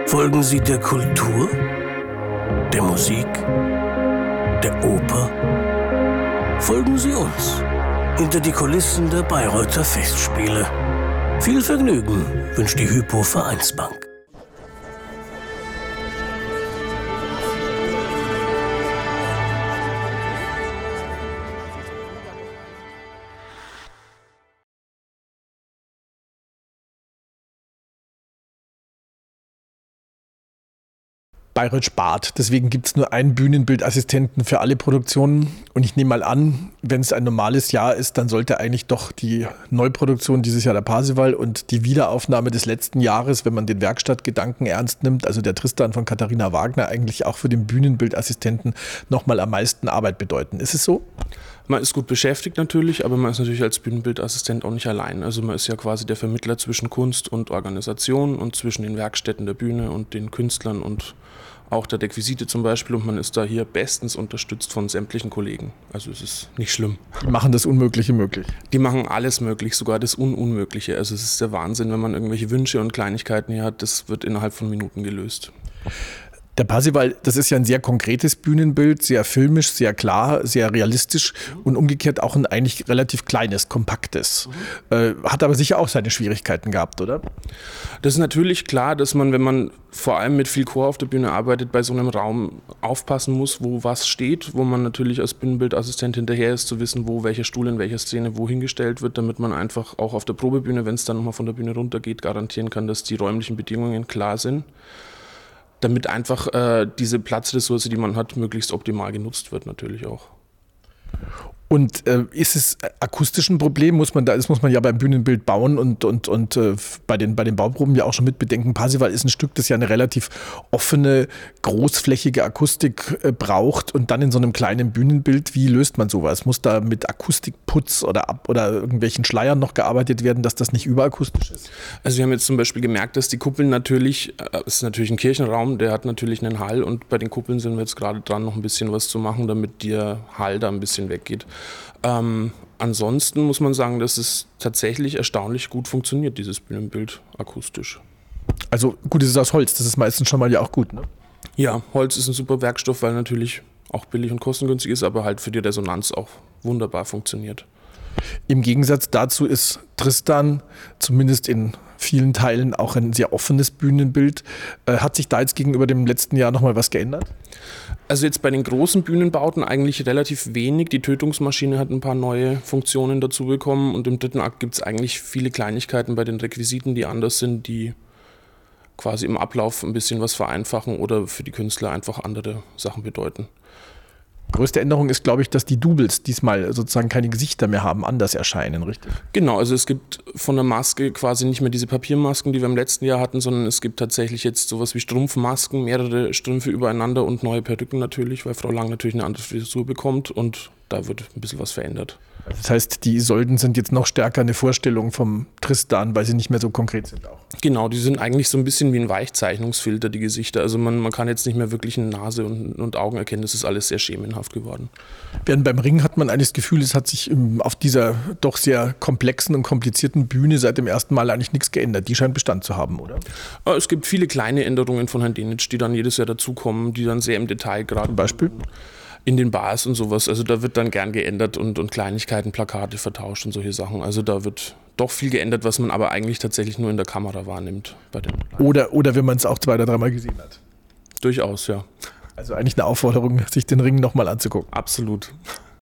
Folgen Sie der Kultur, der Musik, der Oper? Folgen Sie uns hinter die Kulissen der Bayreuther Festspiele. Viel Vergnügen wünscht die Hypo Vereinsbank. Bayreuth spart. Deswegen gibt es nur einen Bühnenbildassistenten für alle Produktionen. Und ich nehme mal an, wenn es ein normales Jahr ist, dann sollte eigentlich doch die Neuproduktion dieses Jahr der Parsival und die Wiederaufnahme des letzten Jahres, wenn man den Werkstattgedanken ernst nimmt, also der Tristan von Katharina Wagner, eigentlich auch für den Bühnenbildassistenten nochmal am meisten Arbeit bedeuten. Ist es so? Man ist gut beschäftigt natürlich, aber man ist natürlich als Bühnenbildassistent auch nicht allein. Also man ist ja quasi der Vermittler zwischen Kunst und Organisation und zwischen den Werkstätten der Bühne und den Künstlern und auch der Requisite zum Beispiel. Und man ist da hier bestens unterstützt von sämtlichen Kollegen. Also es ist nicht schlimm. Die machen das Unmögliche möglich. Die machen alles möglich, sogar das Unmögliche. Also es ist der Wahnsinn, wenn man irgendwelche Wünsche und Kleinigkeiten hier hat. Das wird innerhalb von Minuten gelöst. Der Parsival, das ist ja ein sehr konkretes Bühnenbild, sehr filmisch, sehr klar, sehr realistisch und umgekehrt auch ein eigentlich relativ kleines, kompaktes. Hat aber sicher auch seine Schwierigkeiten gehabt, oder? Das ist natürlich klar, dass man, wenn man vor allem mit viel Chor auf der Bühne arbeitet, bei so einem Raum aufpassen muss, wo was steht, wo man natürlich als Bühnenbildassistent hinterher ist, zu wissen, wo welcher Stuhl in welcher Szene wohin gestellt wird, damit man einfach auch auf der Probebühne, wenn es dann nochmal von der Bühne runtergeht, garantieren kann, dass die räumlichen Bedingungen klar sind. Damit einfach diese Platzressource, die man hat, möglichst optimal genutzt wird natürlich auch. Und ist es akustisch ein Problem? Das muss man ja beim Bühnenbild bauen und bei den Bauproben ja auch schon mit bedenken. Parsival ist ein Stück, das ja eine relativ offene, großflächige Akustik braucht und dann in so einem kleinen Bühnenbild. Wie löst man sowas? Muss da mit Akustikputz oder irgendwelchen Schleiern noch gearbeitet werden, dass das nicht überakustisch ist? Also wir haben jetzt zum Beispiel gemerkt, dass die Kuppeln natürlich, es ist natürlich ein Kirchenraum, der hat natürlich einen Hall und bei den Kuppeln sind wir jetzt gerade dran, noch ein bisschen was zu machen, damit der Hall da ein bisschen weggeht. Ansonsten muss man sagen, dass es tatsächlich erstaunlich gut funktioniert, dieses Bühnenbild akustisch. Also gut, es ist aus Holz, das ist meistens schon mal ja auch gut, ne? Ja, Holz ist ein super Werkstoff, weil natürlich auch billig und kostengünstig ist, aber halt für die Resonanz auch wunderbar funktioniert. Im Gegensatz dazu ist Tristan zumindest in vielen Teilen auch ein sehr offenes Bühnenbild. Hat sich da jetzt gegenüber dem letzten Jahr nochmal was geändert? Also jetzt bei den großen Bühnenbauten eigentlich relativ wenig. Die Tötungsmaschine hat ein paar neue Funktionen dazu bekommen und im dritten Akt gibt es eigentlich viele Kleinigkeiten bei den Requisiten, die anders sind, die quasi im Ablauf ein bisschen was vereinfachen oder für die Künstler einfach andere Sachen bedeuten. Größte Änderung ist, glaube ich, dass die Doubles diesmal sozusagen keine Gesichter mehr haben, anders erscheinen, richtig? Genau, also es gibt von der Maske quasi nicht mehr diese Papiermasken, die wir im letzten Jahr hatten, sondern es gibt tatsächlich jetzt sowas wie Strumpfmasken, mehrere Strümpfe übereinander und neue Perücken natürlich, weil Frau Lang natürlich eine andere Frisur bekommt und da wird ein bisschen was verändert. Das heißt, die Isolden sind jetzt noch stärker eine Vorstellung vom Tristan, weil sie nicht mehr so konkret sind auch. Genau, die sind eigentlich so ein bisschen wie ein Weichzeichnungsfilter, die Gesichter. Also man kann jetzt nicht mehr wirklich eine Nase und Augen erkennen, das ist alles sehr schemenhaft geworden. Während beim Ring hat man eigentlich das Gefühl, es hat sich auf dieser doch sehr komplexen und komplizierten Bühne seit dem ersten Mal eigentlich nichts geändert. Die scheint Bestand zu haben, oder? Es gibt viele kleine Änderungen von Herrn Denitsch, die dann jedes Jahr dazukommen, die dann sehr im Detail gerade... Zum Beispiel? In den Bars und sowas, also da wird dann gern geändert und Kleinigkeiten, Plakate vertauscht und solche Sachen. Also da wird doch viel geändert, was man aber eigentlich tatsächlich nur in der Kamera wahrnimmt. Oder wenn man es auch 2 oder 3 Mal gesehen hat. Durchaus, ja. Also eigentlich eine Aufforderung, sich den Ring nochmal anzugucken. Absolut.